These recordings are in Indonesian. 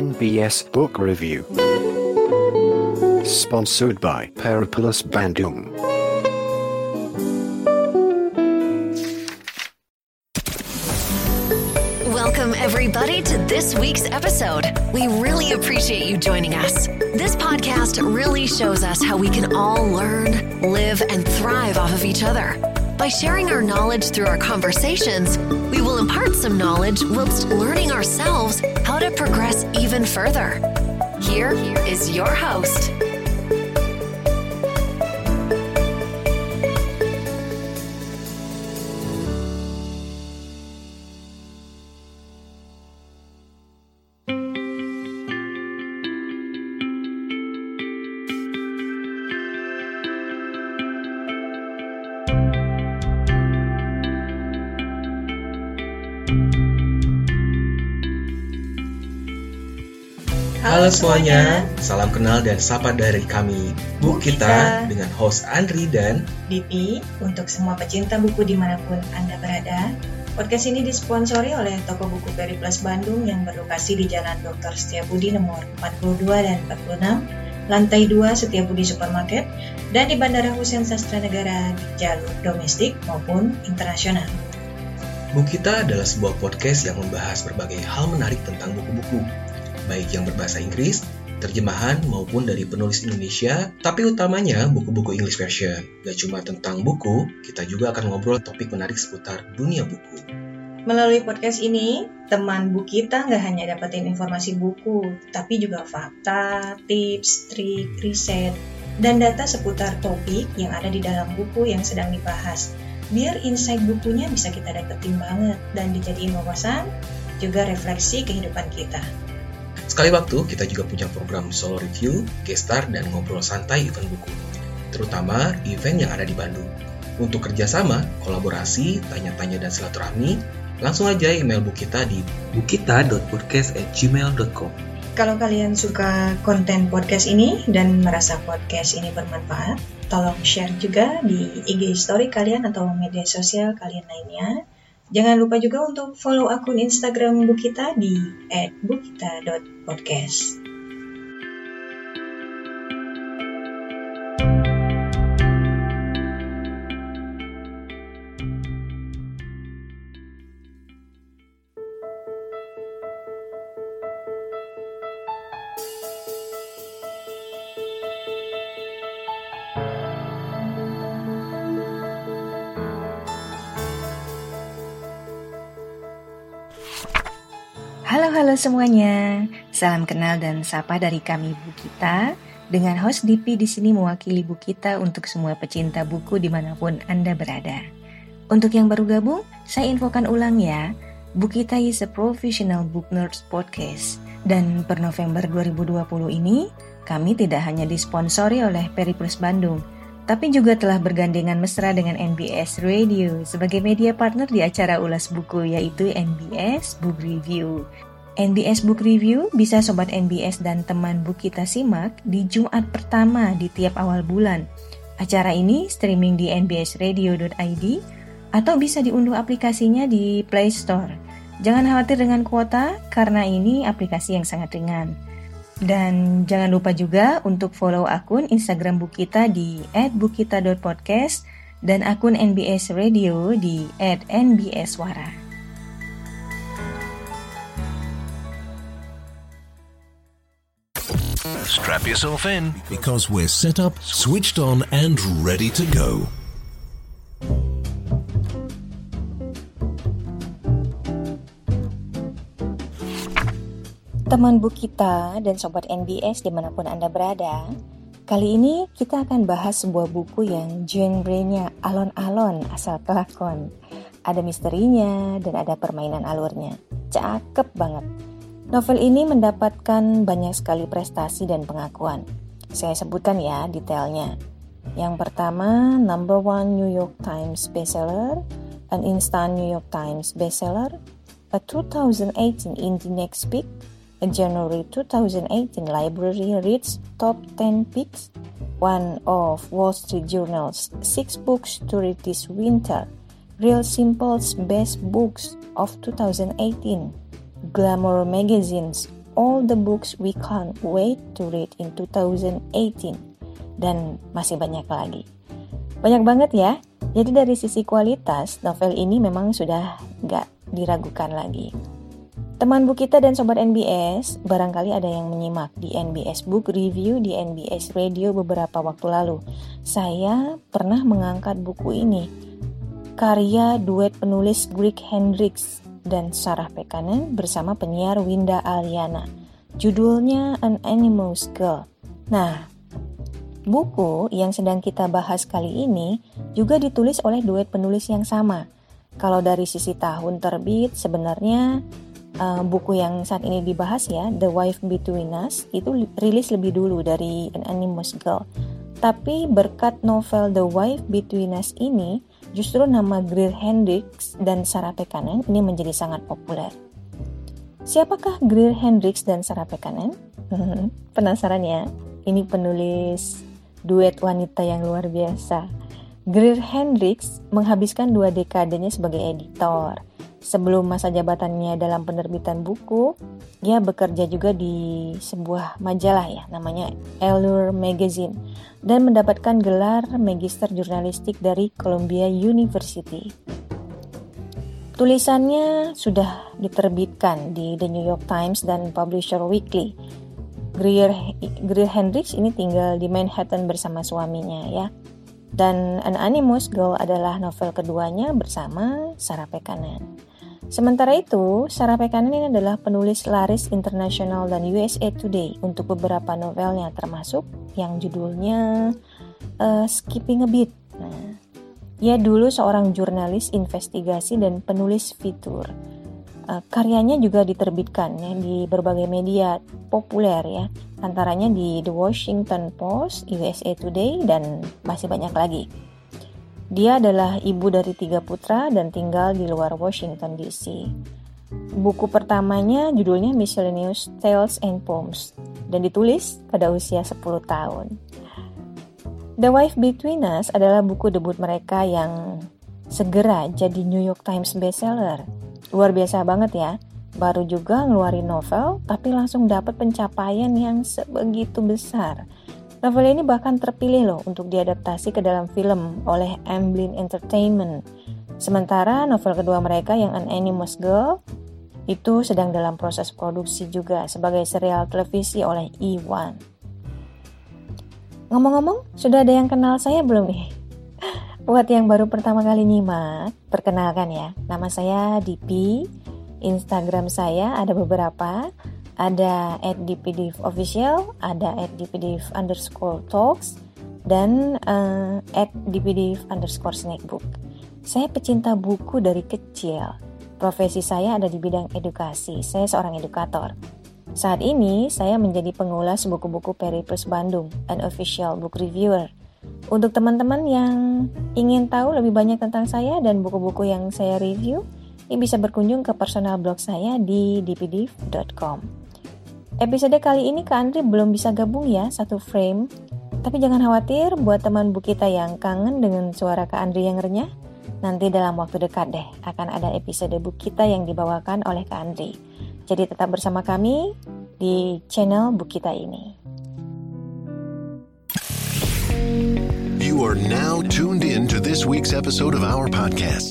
NBS Book Review. Sponsored by Periplus Bandung. Welcome everybody to this week's episode. We really appreciate you joining us. This podcast really shows us how we can all learn, live, and thrive off of each other. By sharing our knowledge through our conversations, we will impart some knowledge whilst learning ourselves how to progress even further. Here is your host. Halo semuanya, salam kenal dan sapa dari kami, Buku Kita, dengan host Andri dan Dipi, untuk semua pecinta buku dimanapun Anda berada. Podcast ini disponsori oleh toko buku Periplus Bandung yang berlokasi di Jalan Dr. Setiabudi nomor 42 dan 46, lantai 2 Setiabudi Supermarket, dan di Bandara Husein Sastranegara di jalur domestik maupun internasional. Buku Kita adalah sebuah podcast yang membahas berbagai hal menarik tentang buku-buku, baik yang berbahasa Inggris, terjemahan maupun dari penulis Indonesia, tapi utamanya buku-buku English version. Gak cuma tentang buku, kita juga akan ngobrol topik menarik seputar dunia buku. Melalui podcast ini, teman buku kita nggak hanya dapetin informasi buku, tapi juga fakta, tips, trik, riset, dan data seputar topik yang ada di dalam buku yang sedang dibahas. Biar insight bukunya bisa kita dapetin banget dan dijadiin wawasan, juga refleksi kehidupan kita. Sekali waktu, kita juga punya program solo review, guest star, dan ngobrol santai event buku. Terutama event yang ada di Bandung. Untuk kerjasama, kolaborasi, tanya-tanya, dan silaturahmi, langsung aja email buku kita di bukita.podcast@gmail.com. Kalau kalian suka konten podcast ini dan merasa podcast ini bermanfaat, tolong share juga di IG story kalian atau media sosial kalian lainnya. Jangan lupa juga untuk follow akun Instagram Buku Kita di @bukita.podcast. Halo semuanya, salam kenal dan sapa dari kami Buku Kita dengan host Dipi di sini mewakili Buku Kita untuk semua pecinta buku dimanapun Anda berada. Untuk yang baru gabung, saya infokan ulang ya, Buku Kita is a professional book nerds podcast dan per November 2020 ini kami tidak hanya disponsori oleh Periplus Bandung, tapi juga telah bergandengan mesra dengan NBS Radio sebagai media partner di acara ulas buku yaitu NBS Book Review. NBS Book Review bisa Sobat NBS dan teman buku kita simak di Jumat pertama di tiap awal bulan. Acara ini streaming di nbsradio.id atau bisa diunduh aplikasinya di Play Store. Jangan khawatir dengan kuota karena ini aplikasi yang sangat ringan. Dan jangan lupa juga untuk follow akun Instagram buku kita di @bukita.podcast dan akun NBS Radio di @nbswara. Strap yourself in because we're set up, switched on, and ready to go. Teman buku kita dan Sobat NBS dimanapun Anda berada, kali ini kita akan bahas sebuah buku yang genre-nya alon-alon asal kelakon. Ada misterinya dan ada permainan alurnya. Cakep banget. Novel ini mendapatkan banyak sekali prestasi dan pengakuan. Saya sebutkan ya detailnya. Yang pertama, number 1 New York Times bestseller, an instant New York Times bestseller, a 2018 Indie Next Pick, a January 2018 Library Reads Top 10 Picks, one of Wall Street Journal's 6 books to read this winter, Real Simple's Best Books of 2018, Glamour Magazine's all the books we can't wait to read in 2018. Dan masih banyak lagi. Banyak banget ya. Jadi dari sisi kualitas, novel ini memang sudah gak diragukan lagi. Teman Bu Kita dan Sobat NBS, barangkali ada yang menyimak di NBS Book Review di NBS Radio beberapa waktu lalu. Saya pernah mengangkat buku ini, karya duet penulis Greg Hendricks dan Sarah Pekkanen bersama penyiar Winda Aliana. Judulnya An Anonymous Girl. Nah, buku yang sedang kita bahas kali ini juga ditulis oleh duet penulis yang sama. Kalau dari sisi tahun terbit, sebenarnya buku yang saat ini dibahas ya, The Wife Between Us, itu rilis lebih dulu dari An Anonymous Girl. Tapi berkat novel The Wife Between Us ini, justru nama Greg Hendricks dan Sarah Pekkanen ini menjadi sangat populer. Siapakah Greg Hendricks dan Sarah Pekkanen? Penasaran ya? Ini penulis duet wanita yang luar biasa. Greg Hendricks menghabiskan 2 dekadenya sebagai editor. Sebelum masa jabatannya dalam penerbitan buku, dia bekerja juga di sebuah majalah ya, namanya Allure Magazine, dan mendapatkan gelar Magister Jurnalistik dari Columbia University. Tulisannya sudah diterbitkan di The New York Times dan Publisher Weekly. Greg Hendricks ini tinggal di Manhattan bersama suaminya ya. Dan An Anonymous Girl adalah novel keduanya bersama Sarah Pekkanen. Sementara itu, Sarah Pekkanen ini adalah penulis laris internasional dan USA Today untuk beberapa novelnya, termasuk yang judulnya Skipping a Beat. Nah, ia dulu seorang jurnalis investigasi dan penulis fitur. Karyanya juga diterbitkan ya, di berbagai media populer ya, antaranya di The Washington Post, USA Today, dan masih banyak lagi. Dia adalah ibu dari 3 putra dan tinggal di luar Washington DC. Buku pertamanya judulnya Miscellaneous Tales and Poems dan ditulis pada usia 10 tahun. The Wife Between Us adalah buku debut mereka yang segera jadi New York Times bestseller. Luar biasa banget ya. Baru juga ngeluarin novel tapi langsung dapat pencapaian yang sebegitu besar. Novel ini bahkan terpilih loh untuk diadaptasi ke dalam film oleh Amblin Entertainment. Sementara novel kedua mereka yang An Anonymous Girl itu sedang dalam proses produksi juga sebagai serial televisi oleh E1. Ngomong-ngomong, sudah ada yang kenal saya belum nih? Buat yang baru pertama kali nyimak, perkenalkan ya, nama saya Dipi. Instagram saya ada beberapa. Ada @dpdivofficial, ada @dpdiv_talks, dan @dpdiv_snackbook. Saya pecinta buku dari kecil. Profesi saya ada di bidang edukasi. Saya seorang edukator. Saat ini, saya menjadi pengulas buku-buku Periplus Bandung, an official book reviewer. Untuk teman-teman yang ingin tahu lebih banyak tentang saya dan buku-buku yang saya review, ini bisa berkunjung ke personal blog saya di dpdiv.com. Episode kali ini Kak Andri belum bisa gabung ya satu frame. Tapi jangan khawatir buat teman Bu Kita yang kangen dengan suara Kak Andri yang renyah. Nanti dalam waktu dekat deh akan ada episode Bu Kita yang dibawakan oleh Kak Andri. Jadi tetap bersama kami di channel Bu Kita ini. You are now tuned in to this week's episode of our podcast.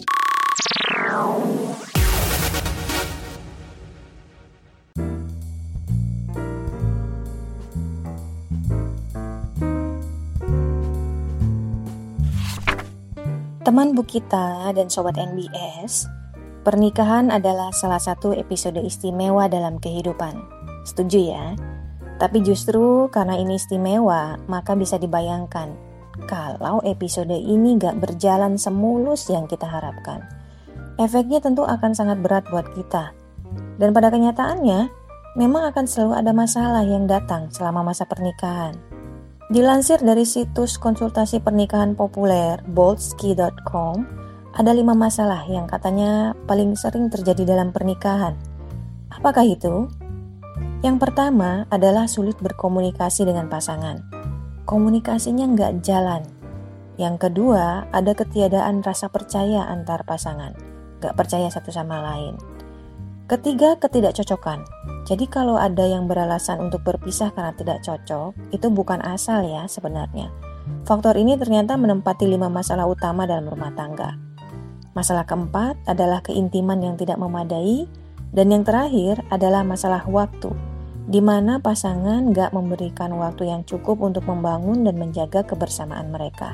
Teman Bu Kita dan Sobat NBS, pernikahan adalah salah satu episode istimewa dalam kehidupan. Setuju ya? Tapi justru karena ini istimewa, maka bisa dibayangkan kalau episode ini gak berjalan semulus yang kita harapkan. Efeknya tentu akan sangat berat buat kita. Dan pada kenyataannya, memang akan selalu ada masalah yang datang selama masa pernikahan. Dilansir dari situs konsultasi pernikahan populer Boldsky.com, ada 5 masalah yang katanya paling sering terjadi dalam pernikahan. Apakah itu? Yang pertama adalah sulit berkomunikasi dengan pasangan. Komunikasinya nggak jalan. Yang kedua, ada ketiadaan rasa percaya antar pasangan. Nggak percaya satu sama lain. Ketiga, ketidakcocokan. Jadi kalau ada yang beralasan untuk berpisah karena tidak cocok, itu bukan asal ya sebenarnya. Faktor ini ternyata menempati 5 masalah utama dalam rumah tangga. Masalah keempat adalah keintiman yang tidak memadai, dan yang terakhir adalah masalah waktu, di mana pasangan gak memberikan waktu yang cukup untuk membangun dan menjaga kebersamaan mereka.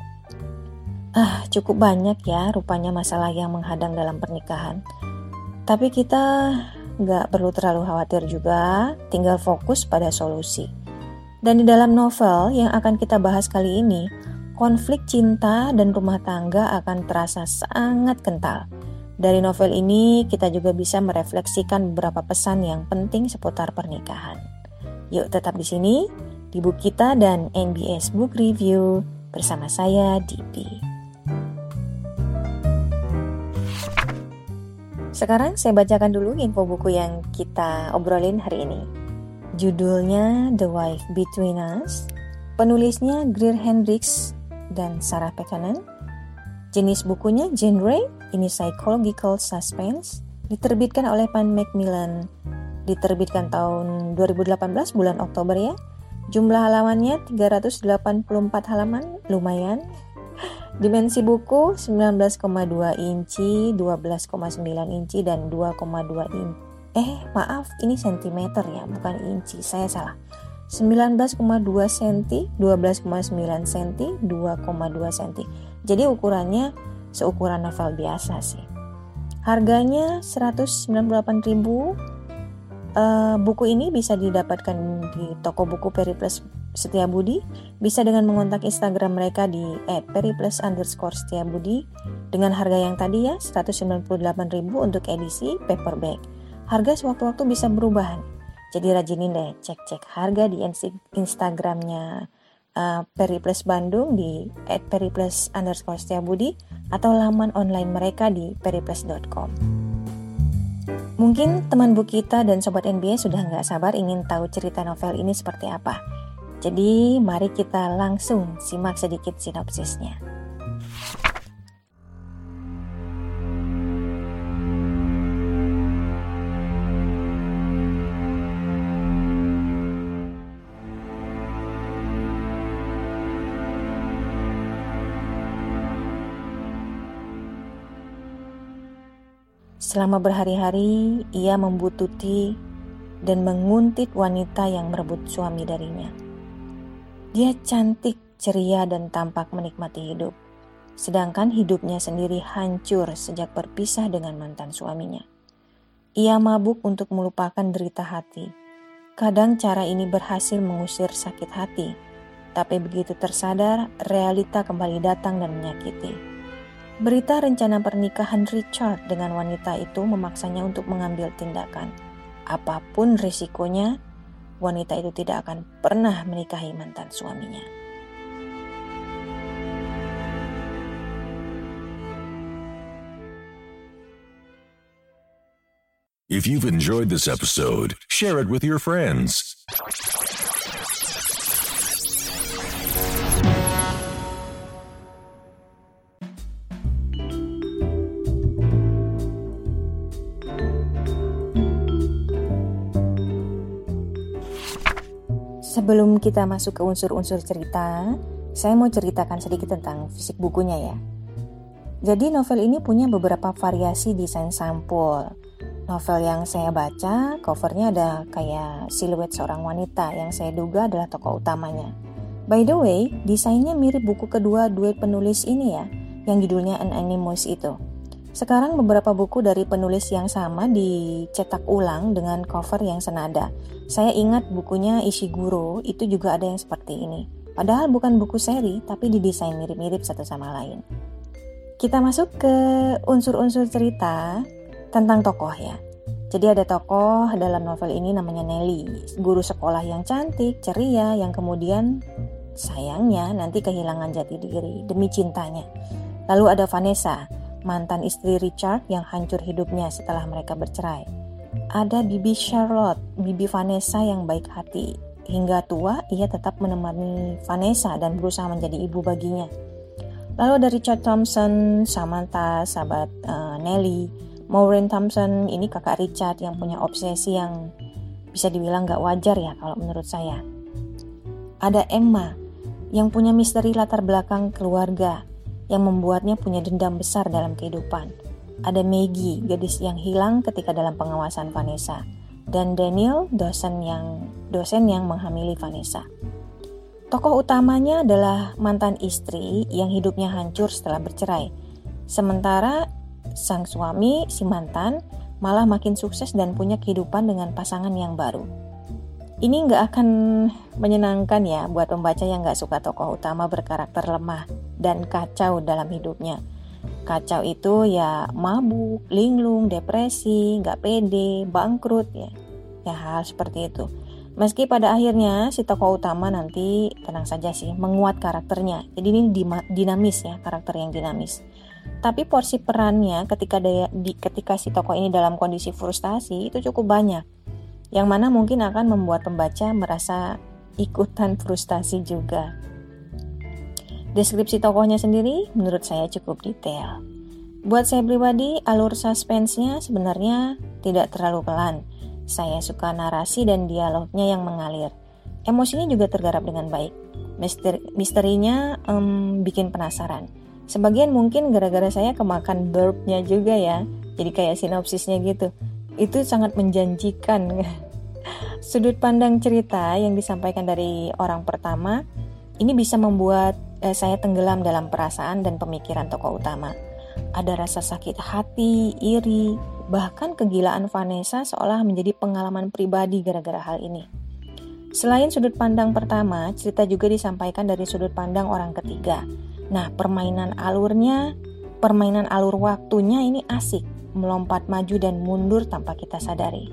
Cukup banyak ya rupanya masalah yang menghadang dalam pernikahan. Tapi kita gak perlu terlalu khawatir juga, tinggal fokus pada solusi. Dan di dalam novel yang akan kita bahas kali ini, konflik cinta dan rumah tangga akan terasa sangat kental. Dari novel ini kita juga bisa merefleksikan beberapa pesan yang penting seputar pernikahan. Yuk tetap di sini, di Buku Kita dan NBS Book Review bersama saya Dipi. Sekarang saya bacakan dulu info buku yang kita obrolin hari ini. Judulnya The Wife Between Us. Penulisnya Greer Hendricks dan Sarah Pekkanen. Jenis bukunya genre, ini psychological suspense. Diterbitkan oleh Pan Macmillan. Diterbitkan tahun 2018 bulan Oktober ya. Jumlah halamannya 384 halaman, lumayan. Dimensi buku 19,2 inci, 12,9 inci, dan 2,2 inci. Ini sentimeter ya, bukan inci, saya salah. 19,2 cm, 12,9 cm, 2,2 cm. Jadi ukurannya seukuran novel biasa sih. Harganya 198.000. Buku ini bisa didapatkan di toko buku Periplus Setiabudi. Bisa dengan mengontak Instagram mereka di @periplus_setiabudi dengan harga yang tadi ya 198.000 untuk edisi paperback. Harga sewaktu-waktu bisa berubah. Jadi rajinin deh cek harga di Instagramnya Periplus Bandung di @periplus_setiabudi atau laman online mereka di periplus.com. Mungkin teman buku kita dan Sobat NBS sudah gak sabar ingin tahu cerita novel ini seperti apa. Jadi mari kita langsung simak sedikit sinopsisnya. Selama berhari-hari, ia membuntuti dan menguntit wanita yang merebut suami darinya. Dia cantik, ceria, dan tampak menikmati hidup. Sedangkan hidupnya sendiri hancur sejak berpisah dengan mantan suaminya. Ia mabuk untuk melupakan derita hati. Kadang cara ini berhasil mengusir sakit hati, tapi begitu tersadar, realita kembali datang dan menyakiti. Berita rencana pernikahan Richard dengan wanita itu memaksanya untuk mengambil tindakan. Apapun risikonya, wanita itu tidak akan pernah menikahi mantan suaminya. If you've enjoyed this episode, share it with your friends. Sebelum kita masuk ke unsur-unsur cerita, saya mau ceritakan sedikit tentang fisik bukunya ya. Jadi novel ini punya beberapa variasi desain sampul. Novel yang saya baca, covernya ada kayak siluet seorang wanita yang saya duga adalah tokoh utamanya. By the way, desainnya mirip buku kedua duet penulis ini ya, yang judulnya An Animus itu. Sekarang beberapa buku dari penulis yang sama dicetak ulang dengan cover yang senada. Saya ingat bukunya Ishiguro itu juga ada yang seperti ini. Padahal bukan buku seri, tapi didesain mirip-mirip satu sama lain. Kita masuk ke unsur-unsur cerita tentang tokoh ya. Jadi ada tokoh dalam novel ini namanya Nelly, guru sekolah yang cantik, ceria, yang kemudian sayangnya nanti kehilangan jati diri demi cintanya. Lalu ada Vanessa, mantan istri Richard yang hancur hidupnya setelah mereka bercerai. Ada Bibi Charlotte, Bibi Vanessa yang baik hati. Hingga tua, ia tetap menemani Vanessa dan berusaha menjadi ibu baginya. Lalu ada Richard Thompson, Samantha, sahabat Nelly, Maureen Thompson ini kakak Richard yang punya obsesi yang bisa dibilang gak wajar ya kalau menurut saya. Ada Emma yang punya misteri latar belakang keluarga yang membuatnya punya dendam besar dalam kehidupan. Ada Maggie, gadis yang hilang ketika dalam pengawasan Vanessa. Dan Daniel, dosen yang menghamili Vanessa. Tokoh utamanya adalah mantan istri yang hidupnya hancur setelah bercerai. Sementara sang suami, si mantan, malah makin sukses dan punya kehidupan dengan pasangan yang baru. Ini nggak akan menyenangkan ya buat pembaca yang nggak suka tokoh utama berkarakter lemah dan kacau dalam hidupnya. Kacau itu ya mabuk, linglung, depresi, nggak pede, bangkrut ya hal seperti itu. Meski pada akhirnya si tokoh utama nanti tenang saja sih menguat karakternya. Jadi ini dinamis ya, karakter yang dinamis. Tapi porsi perannya ketika si tokoh ini dalam kondisi frustasi itu cukup banyak. Yang mana mungkin akan membuat pembaca merasa ikutan frustasi juga. Deskripsi tokohnya sendiri menurut saya cukup detail. Buat saya pribadi, alur suspense-nya sebenarnya tidak terlalu pelan. Saya suka narasi dan dialognya yang mengalir. Emosinya juga tergarap dengan baik. Misterinya bikin penasaran. Sebagian mungkin gara-gara saya kemakan burp-nya juga ya. Jadi kayak sinopsisnya gitu. Itu sangat menjanjikan. Sudut pandang cerita yang disampaikan dari orang pertama ini bisa membuat saya tenggelam dalam perasaan dan pemikiran tokoh utama. Ada rasa sakit hati, iri, bahkan kegilaan Vanessa seolah menjadi pengalaman pribadi gara-gara hal ini. Selain sudut pandang pertama, cerita juga disampaikan dari sudut pandang orang ketiga. Nah, permainan alur waktunya ini asik, melompat maju dan mundur tanpa kita sadari.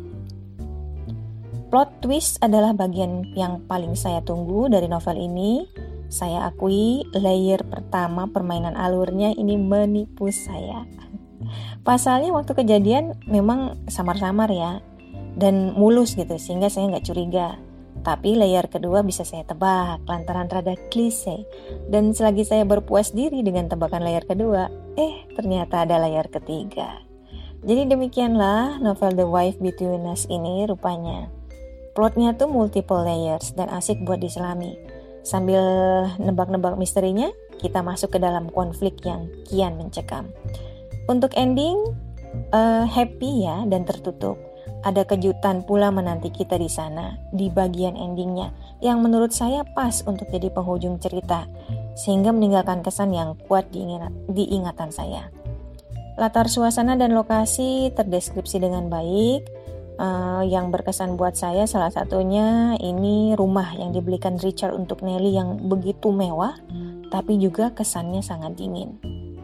Plot twist adalah bagian yang paling saya tunggu dari novel ini. Saya akui layer pertama permainan alurnya ini menipu saya. Pasalnya waktu kejadian memang samar-samar ya, dan mulus gitu sehingga saya nggak curiga. Tapi layer kedua bisa saya tebak lantaran rada klise. Dan selagi saya berpuas diri dengan tebakan layer kedua, ternyata ada layer ketiga. Jadi demikianlah novel The Wife Between Us ini rupanya. Plotnya tuh multiple layers dan asik buat diselami. Sambil nebak-nebak misterinya, kita masuk ke dalam konflik yang kian mencekam. Untuk ending, happy ya dan tertutup. Ada kejutan pula menanti kita di sana, di bagian endingnya, yang menurut saya pas untuk jadi penghujung cerita, sehingga meninggalkan kesan yang kuat di ingatan saya. Latar suasana dan lokasi terdeskripsi dengan baik. Yang berkesan buat saya salah satunya ini rumah yang dibelikan Richard untuk Nelly yang begitu mewah, tapi juga kesannya sangat dingin.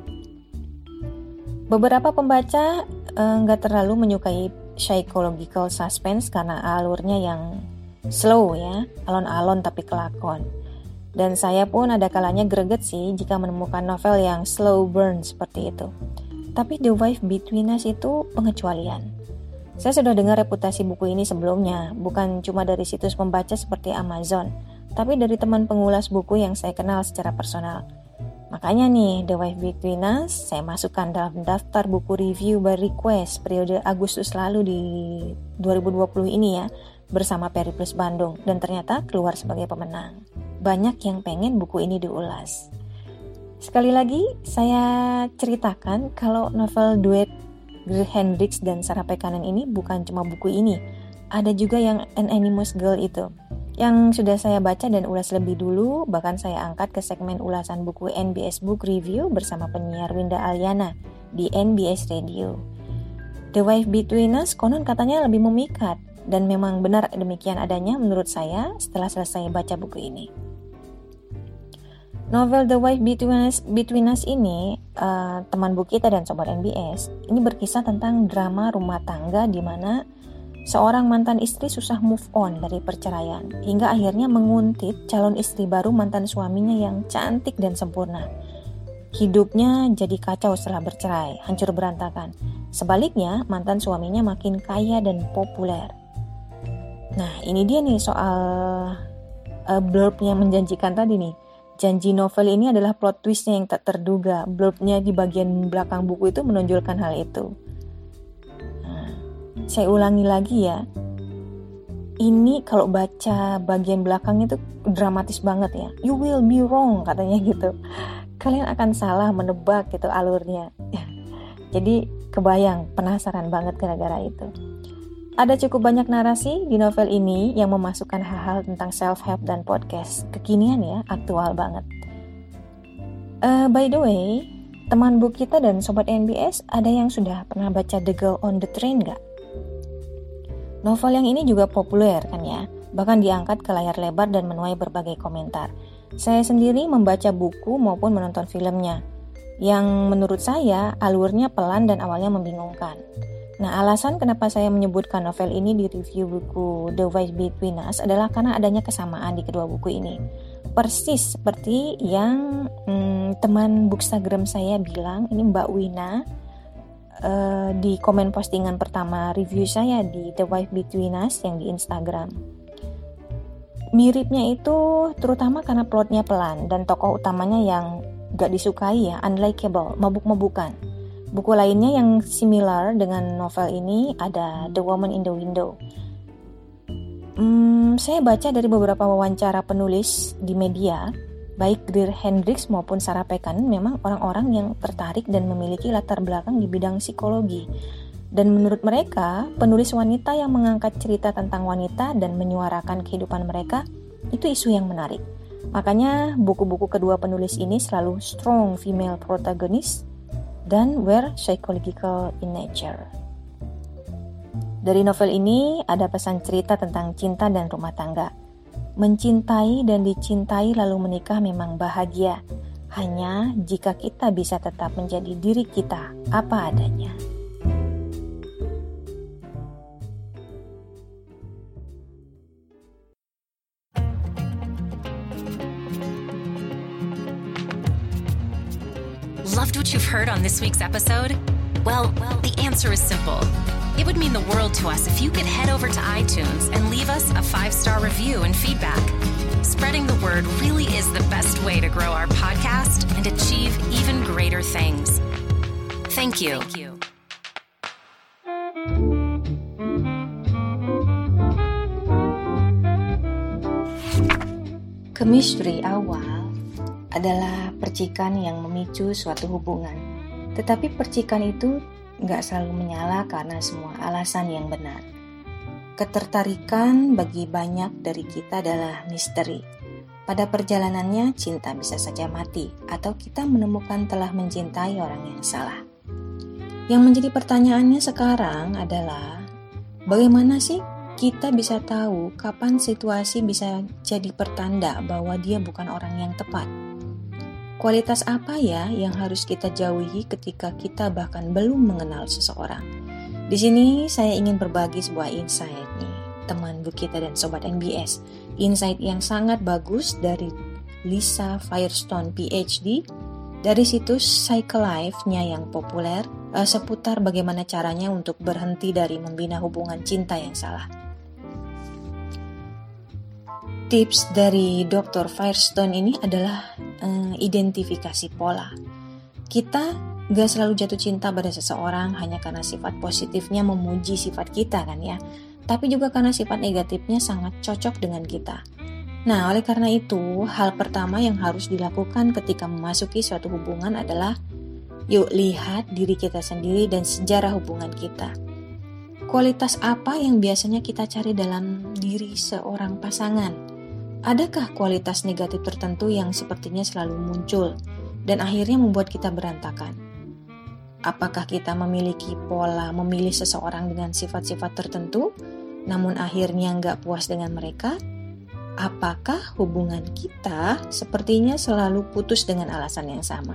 Beberapa pembaca nggak terlalu menyukai psychological suspense karena alurnya yang slow ya, alon-alon tapi kelakon. Dan saya pun ada kalanya greget sih jika menemukan novel yang slow burn seperti itu. Tapi The Wife Between Us itu pengecualian. Saya sudah dengar reputasi buku ini sebelumnya, bukan cuma dari situs pembaca seperti Amazon, tapi dari teman pengulas buku yang saya kenal secara personal. Makanya nih, The Wife Between Us saya masukkan dalam daftar buku review by request periode Agustus lalu di 2020 ini ya, bersama Periplus Bandung, dan ternyata keluar sebagai pemenang. Banyak yang pengen buku ini diulas. Sekali lagi, saya ceritakan kalau novel duet Hendricks dan Sarah Pekkanen ini bukan cuma buku ini, ada juga yang An Animous Girl itu, yang sudah saya baca dan ulas lebih dulu, bahkan saya angkat ke segmen ulasan buku NBS Book Review bersama penyiar Winda Aliana di NBS Radio. The Wife Between Us konon katanya lebih memikat, dan memang benar demikian adanya menurut saya setelah selesai baca buku ini. Novel The Wife Between Us ini, teman buku kita dan sobat NBS, ini berkisah tentang drama rumah tangga di mana seorang mantan istri susah move on dari perceraian, hingga akhirnya menguntit calon istri baru mantan suaminya yang cantik dan sempurna. Hidupnya jadi kacau setelah bercerai, hancur berantakan. Sebaliknya, mantan suaminya makin kaya dan populer. Nah, ini dia nih soal blurb yang menjanjikan tadi nih. janji novel ini adalah plot twistnya yang tak terduga. Blurbnya di bagian belakang buku itu menonjolkan hal itu. Nah, saya ulangi lagi ya. Ini kalau baca bagian belakangnya itu dramatis banget ya. You will be wrong katanya gitu. Kalian akan salah menebak gitu alurnya. Jadi kebayang, penasaran banget gara-gara itu. Ada cukup banyak narasi di novel ini yang memasukkan hal-hal tentang self-help dan podcast. Kekinian ya, aktual banget. By the way, teman Bu Kita dan Sobat NBS, ada yang sudah pernah baca The Girl on the Train gak? Novel yang ini juga populer kan ya, bahkan diangkat ke layar lebar dan menuai berbagai komentar. Saya sendiri membaca buku maupun menonton filmnya, yang menurut saya alurnya pelan dan awalnya membingungkan. Nah, alasan kenapa saya menyebutkan novel ini di review buku The Voice Between Us adalah karena adanya kesamaan di kedua buku ini. Persis seperti yang teman bookstagram saya bilang, ini Mbak Wina, di komen postingan pertama review saya di The Voice Between Us yang di Instagram. Miripnya itu terutama karena plotnya pelan dan tokoh utamanya yang gak disukai ya, unlikable, mabuk-mabukan. Buku lainnya yang similar dengan novel ini ada The Woman in the Window. Saya baca dari beberapa wawancara penulis di media, baik Greer Hendricks maupun Sarah Pekan, memang orang-orang yang tertarik dan memiliki latar belakang di bidang psikologi. Dan menurut mereka, penulis wanita yang mengangkat cerita tentang wanita dan menyuarakan kehidupan mereka, itu isu yang menarik. Makanya buku-buku kedua penulis ini selalu strong female protagonist dan were psychological in nature. Dari novel ini ada pesan cerita tentang cinta dan rumah tangga. Mencintai dan dicintai lalu menikah memang bahagia, hanya jika kita bisa tetap menjadi diri kita apa adanya. Loved what you've heard on this week's episode? Well, the answer is simple. It would mean the world to us if you could head over to iTunes and leave us a 5-star review and feedback. Spreading the word really is the best way to grow our podcast and achieve even greater things. Thank you. Chemistry awal adalah percikan yang memicu suatu hubungan. Tetapi percikan itu nggak selalu menyala karena semua alasan yang benar. Ketertarikan bagi banyak dari kita adalah misteri. Pada perjalanannya, cinta bisa saja mati, atau kita menemukan telah mencintai orang yang salah. Yang menjadi pertanyaannya sekarang adalah, bagaimana sih kita bisa tahu kapan situasi bisa jadi pertanda bahwa dia bukan orang yang tepat? Kualitas apa ya yang harus kita jauhi ketika kita bahkan belum mengenal seseorang? Di sini saya ingin berbagi sebuah insight nih, teman Bu Kita dan Sobat NBS. Insight yang sangat bagus dari Lisa Firestone PhD dari situs Psycholife-nya yang populer seputar bagaimana caranya untuk berhenti dari membina hubungan cinta yang salah. Tips dari Dr. Firestone ini adalah identifikasi pola. Kita gak selalu jatuh cinta pada seseorang hanya karena sifat positifnya memuji sifat kita kan ya, tapi juga karena sifat negatifnya sangat cocok dengan kita. Nah, oleh karena itu, hal pertama yang harus dilakukan ketika memasuki suatu hubungan adalah yuk lihat diri kita sendiri dan sejarah hubungan kita. Kualitas apa yang biasanya kita cari dalam diri seorang pasangan? Adakah kualitas negatif tertentu yang sepertinya selalu muncul dan akhirnya membuat kita berantakan? Apakah kita memiliki pola memilih seseorang dengan sifat-sifat tertentu, namun akhirnya nggak puas dengan mereka? Apakah hubungan kita sepertinya selalu putus dengan alasan yang sama?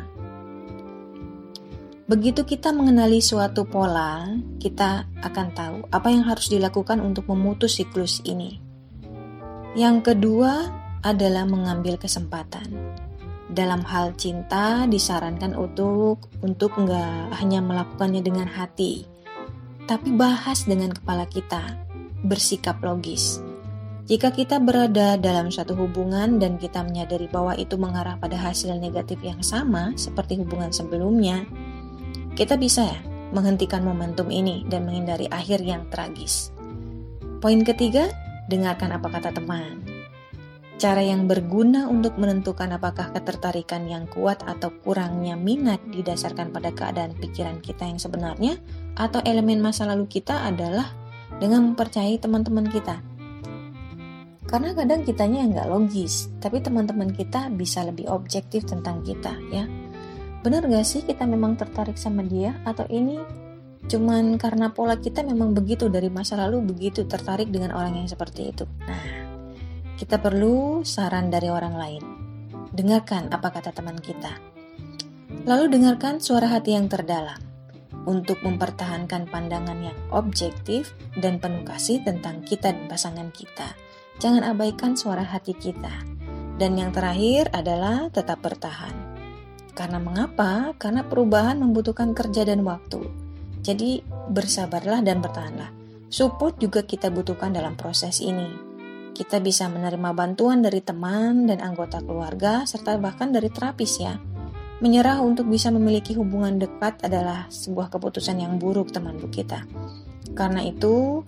Begitu kita mengenali suatu pola, kita akan tahu apa yang harus dilakukan untuk memutus siklus ini. Yang kedua adalah mengambil kesempatan. Dalam hal cinta disarankan untuk nggak hanya melakukannya dengan hati, tapi bahas dengan kepala kita, bersikap logis. Jika kita berada dalam suatu hubungan dan kita menyadari bahwa itu mengarah pada hasil negatif yang sama seperti hubungan sebelumnya, kita bisa menghentikan momentum ini dan menghindari akhir yang tragis. Poin ketiga, dengarkan apa kata teman. Cara yang berguna untuk menentukan apakah ketertarikan yang kuat atau kurangnya minat didasarkan pada keadaan pikiran kita yang sebenarnya atau elemen masa lalu kita adalah dengan mempercayai teman-teman kita. Karena kadang kitanya nggak logis, tapi teman-teman kita bisa lebih objektif tentang kita ya. Benar gak sih kita memang tertarik sama dia? Atau ini cuman karena pola kita memang begitu dari masa lalu, begitu tertarik dengan orang yang seperti itu. Nah, kita perlu saran dari orang lain. Dengarkan apa kata teman kita. Lalu dengarkan suara hati yang terdalam untuk mempertahankan pandangan yang objektif dan penuh kasih tentang kita dan pasangan kita. Jangan abaikan suara hati kita. Dan yang terakhir adalah tetap bertahan. Karena mengapa? Karena perubahan membutuhkan kerja dan waktu. Jadi bersabarlah dan bertahanlah. Support juga kita butuhkan dalam proses ini. Kita bisa menerima bantuan dari teman dan anggota keluarga serta bahkan dari terapis ya. Menyerah untuk bisa memiliki hubungan dekat adalah sebuah keputusan yang buruk teman-teman kita. Karena itu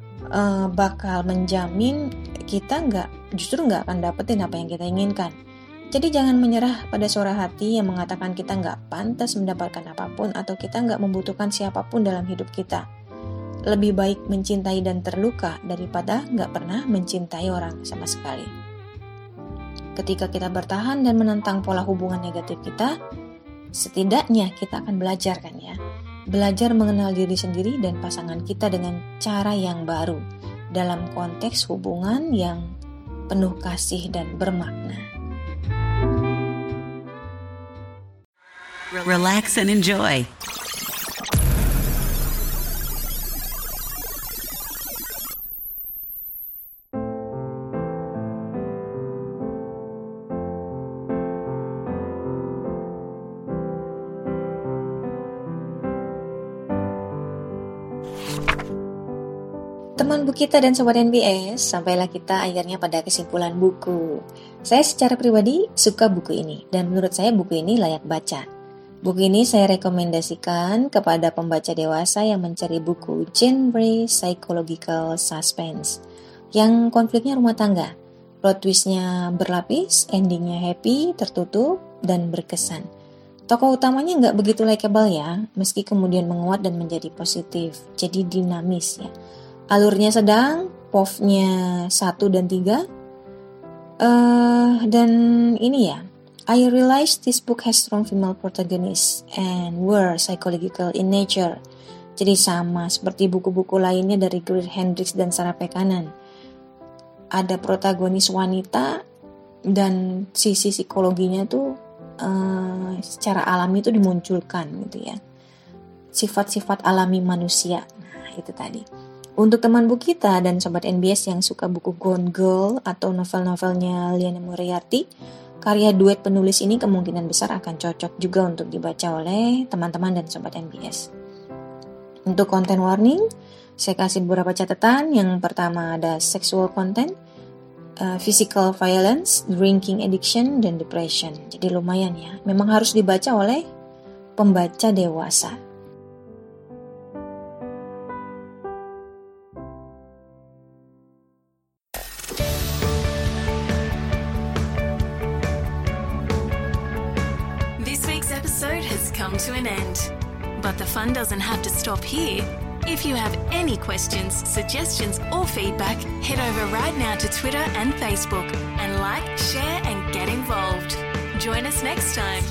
bakal menjamin kita justru nggak akan dapetin apa yang kita inginkan. Jadi jangan menyerah pada suara hati yang mengatakan kita nggak pantas mendapatkan apapun atau kita nggak membutuhkan siapapun dalam hidup kita. Lebih baik mencintai dan terluka daripada nggak pernah mencintai orang sama sekali. Ketika kita bertahan dan menentang pola hubungan negatif kita, setidaknya kita akan belajar kan ya. Belajar mengenal diri sendiri dan pasangan kita dengan cara yang baru dalam konteks hubungan yang penuh kasih dan bermakna. Relax and enjoy. Teman Bu Kita dan Sobat NBS, sampailah kita akhirnya pada kesimpulan buku. Saya secara pribadi suka buku ini, dan menurut saya buku ini layak baca. Buku ini saya rekomendasikan kepada pembaca dewasa yang mencari buku genre psychological suspense, yang konfliknya rumah tangga, plot twistnya berlapis, endingnya happy, tertutup, dan berkesan. Tokoh utamanya nggak begitu likable ya, meski kemudian menguat dan menjadi positif, jadi dinamis ya. Alurnya sedang, POV-nya 1 dan 3. Dan ini ya, I realized this book has strong female protagonists and were psychological in nature. Jadi sama seperti buku-buku lainnya dari Greer Hendricks dan Sarah Pekanen. Ada protagonis wanita dan sisi psikologinya tuh secara alami itu dimunculkan gitu ya. Sifat-sifat alami manusia. Nah, itu tadi. Untuk teman Bu Kita dan Sobat NBS yang suka buku Gone Girl atau novel-novelnya Liana Moriarty, karya duet penulis ini kemungkinan besar akan cocok juga untuk dibaca oleh teman-teman dan Sobat NBS. Untuk konten warning, saya kasih beberapa catatan. Yang pertama ada sexual content, physical violence, drinking addiction, dan depression. Jadi lumayan ya, memang harus dibaca oleh pembaca dewasa. Come to an end. But the fun doesn't have to stop here. If you have any questions, suggestions, or feedback, head over right now to Twitter and Facebook and like, share, and get involved. Join us next time.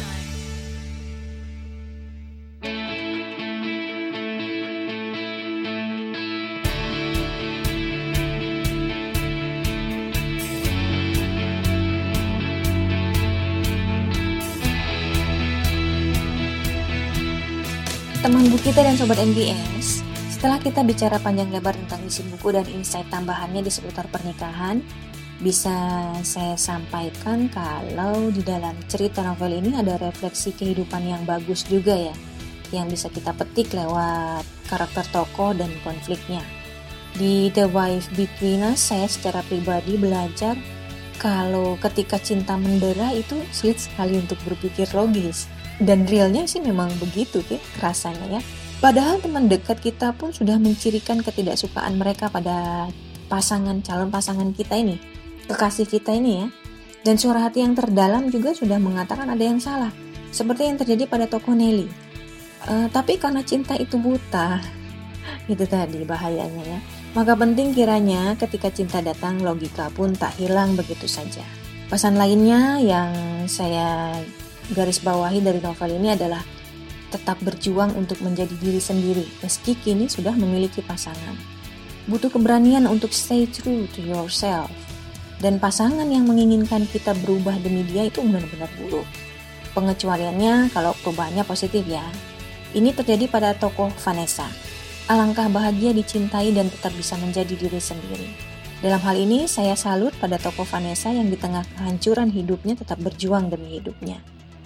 Teman Bu Kita dan Sobat NBS, setelah kita bicara panjang lebar tentang isi buku dan insight tambahannya di seputar pernikahan, bisa saya sampaikan kalau di dalam cerita novel ini ada refleksi kehidupan yang bagus juga ya, yang bisa kita petik lewat karakter tokoh dan konfliknya. Di The Wife Between Us, saya secara pribadi belajar kalau ketika cinta mendera itu sulit sekali untuk berpikir logis. Dan realnya sih memang begitu ya, rasanya ya. Padahal teman dekat kita pun sudah mencirikan ketidaksukaan mereka pada calon pasangan kita ini, kekasih kita ini ya. Dan suara hati yang terdalam juga sudah mengatakan ada yang salah, seperti yang terjadi pada tokoh Nelly. Tapi karena cinta itu buta, itu tadi bahayanya ya. Maka penting kiranya ketika cinta datang, logika pun tak hilang begitu saja. Pesan lainnya yang saya garis bawahi dari novel ini adalah tetap berjuang untuk menjadi diri sendiri meski kini sudah memiliki pasangan. Butuh keberanian untuk stay true to yourself. Dan pasangan yang menginginkan kita berubah demi dia itu benar-benar buruk. Pengecualiannya kalau perubahannya positif ya. Ini terjadi pada tokoh Vanessa. Alangkah bahagia dicintai dan tetap bisa menjadi diri sendiri. Dalam hal ini saya salut pada tokoh Vanessa yang di tengah kehancuran hidupnya tetap berjuang demi hidupnya.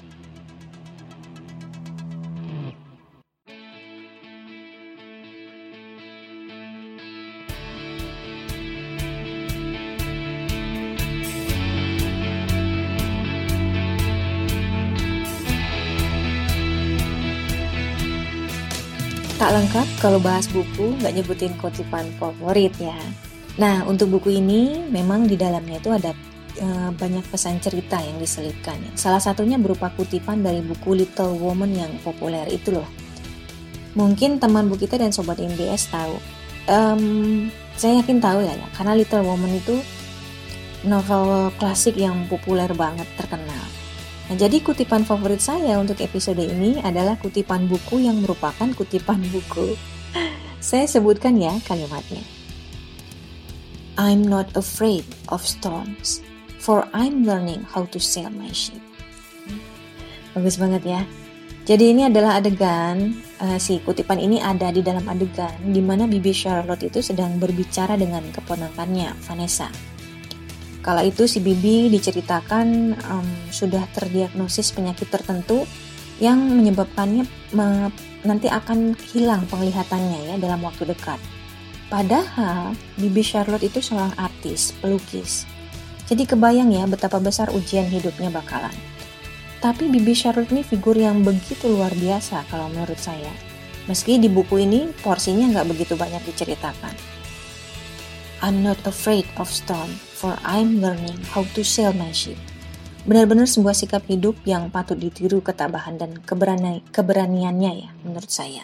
Tak lengkap kalau bahas buku nggak nyebutin kutipan favorit ya. Nah, untuk buku ini memang di dalamnya itu ada banyak pesan cerita yang diselipkan. Salah satunya berupa kutipan dari buku Little Woman yang populer itu loh. Mungkin teman Bu Kita dan Sobat MBS tahu. Saya yakin tahu ya, karena Little Woman itu novel klasik yang populer banget, terkenal. Nah, jadi kutipan favorit saya untuk episode ini adalah kutipan buku yang merupakan kutipan buku. Saya sebutkan ya kalimatnya. I'm not afraid of storms, for I'm learning how to sail my ship. Bagus banget ya. Jadi ini adalah adegan, si kutipan ini ada di dalam adegan di mana Bibi Charlotte itu sedang berbicara dengan keponakannya, Vanessa. Kala itu si Bibi diceritakan sudah terdiagnosis penyakit tertentu yang menyebabkannya nanti akan hilang penglihatannya ya dalam waktu dekat. Padahal Bibi Charlotte itu seorang artis, pelukis. Jadi kebayang ya betapa besar ujian hidupnya bakalan. Tapi Bibi Charlotte ini figur yang begitu luar biasa kalau menurut saya. Meski di buku ini porsinya nggak begitu banyak diceritakan. I'm not afraid of storm, for I'm learning how to sail my ship. Benar-benar sebuah sikap hidup yang patut ditiru ketabahan dan keberaniannya ya menurut saya.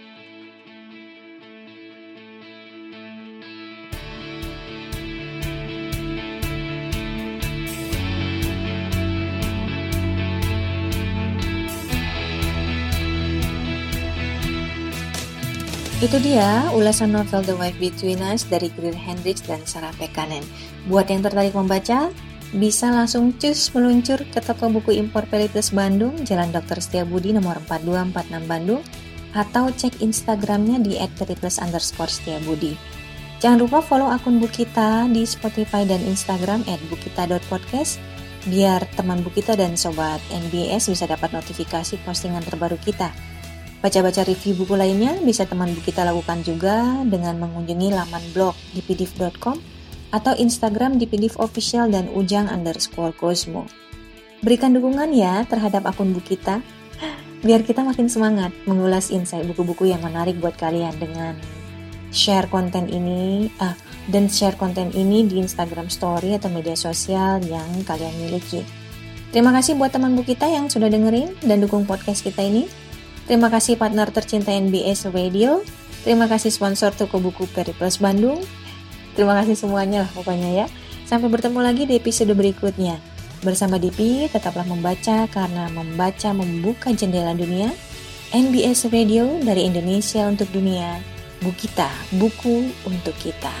Itu dia ulasan novel The Wife Between Us dari Greer Hendricks dan Sarah Pekkanen. Buat yang tertarik membaca, bisa langsung cus meluncur ke toko buku impor Periplus Bandung, Jalan Dr. Setiabudi nomor 4246 Bandung, atau cek Instagramnya di @periplus_setiabudi. Jangan lupa follow akun Bu Kita di Spotify dan Instagram @bukita.podcast, biar teman Bu Kita dan Sobat NBS bisa dapat notifikasi postingan terbaru kita. Baca-baca review buku lainnya bisa teman Bu Kita lakukan juga dengan mengunjungi laman blog dpdiv.com atau Instagram dpdiv official dan ujang_cosmo. Berikan dukungan ya terhadap akun Bu Kita, biar kita makin semangat mengulas insight buku-buku yang menarik buat kalian dengan share konten ini di Instagram Story atau media sosial yang kalian miliki. Terima kasih buat teman Bu Kita yang sudah dengerin dan dukung podcast kita ini. Terima kasih partner tercinta NBS Radio. Terima kasih sponsor toko buku Periplus Bandung. Terima kasih semuanya lah pokoknya ya. Sampai bertemu lagi di episode berikutnya. Bersama Dipi, tetaplah membaca karena membaca membuka jendela dunia. NBS Radio dari Indonesia untuk dunia. Bu Kita, buku untuk kita.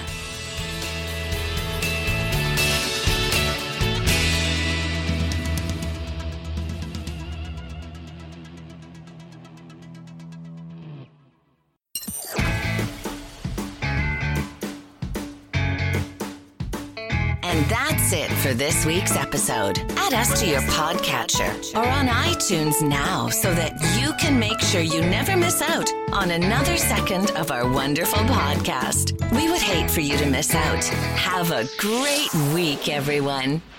And That's it for this week's episode. Add us to your podcatcher or on iTunes now so that you can make sure you never miss out on another second of our wonderful podcast. We would hate for you to miss out. Have a great week, everyone.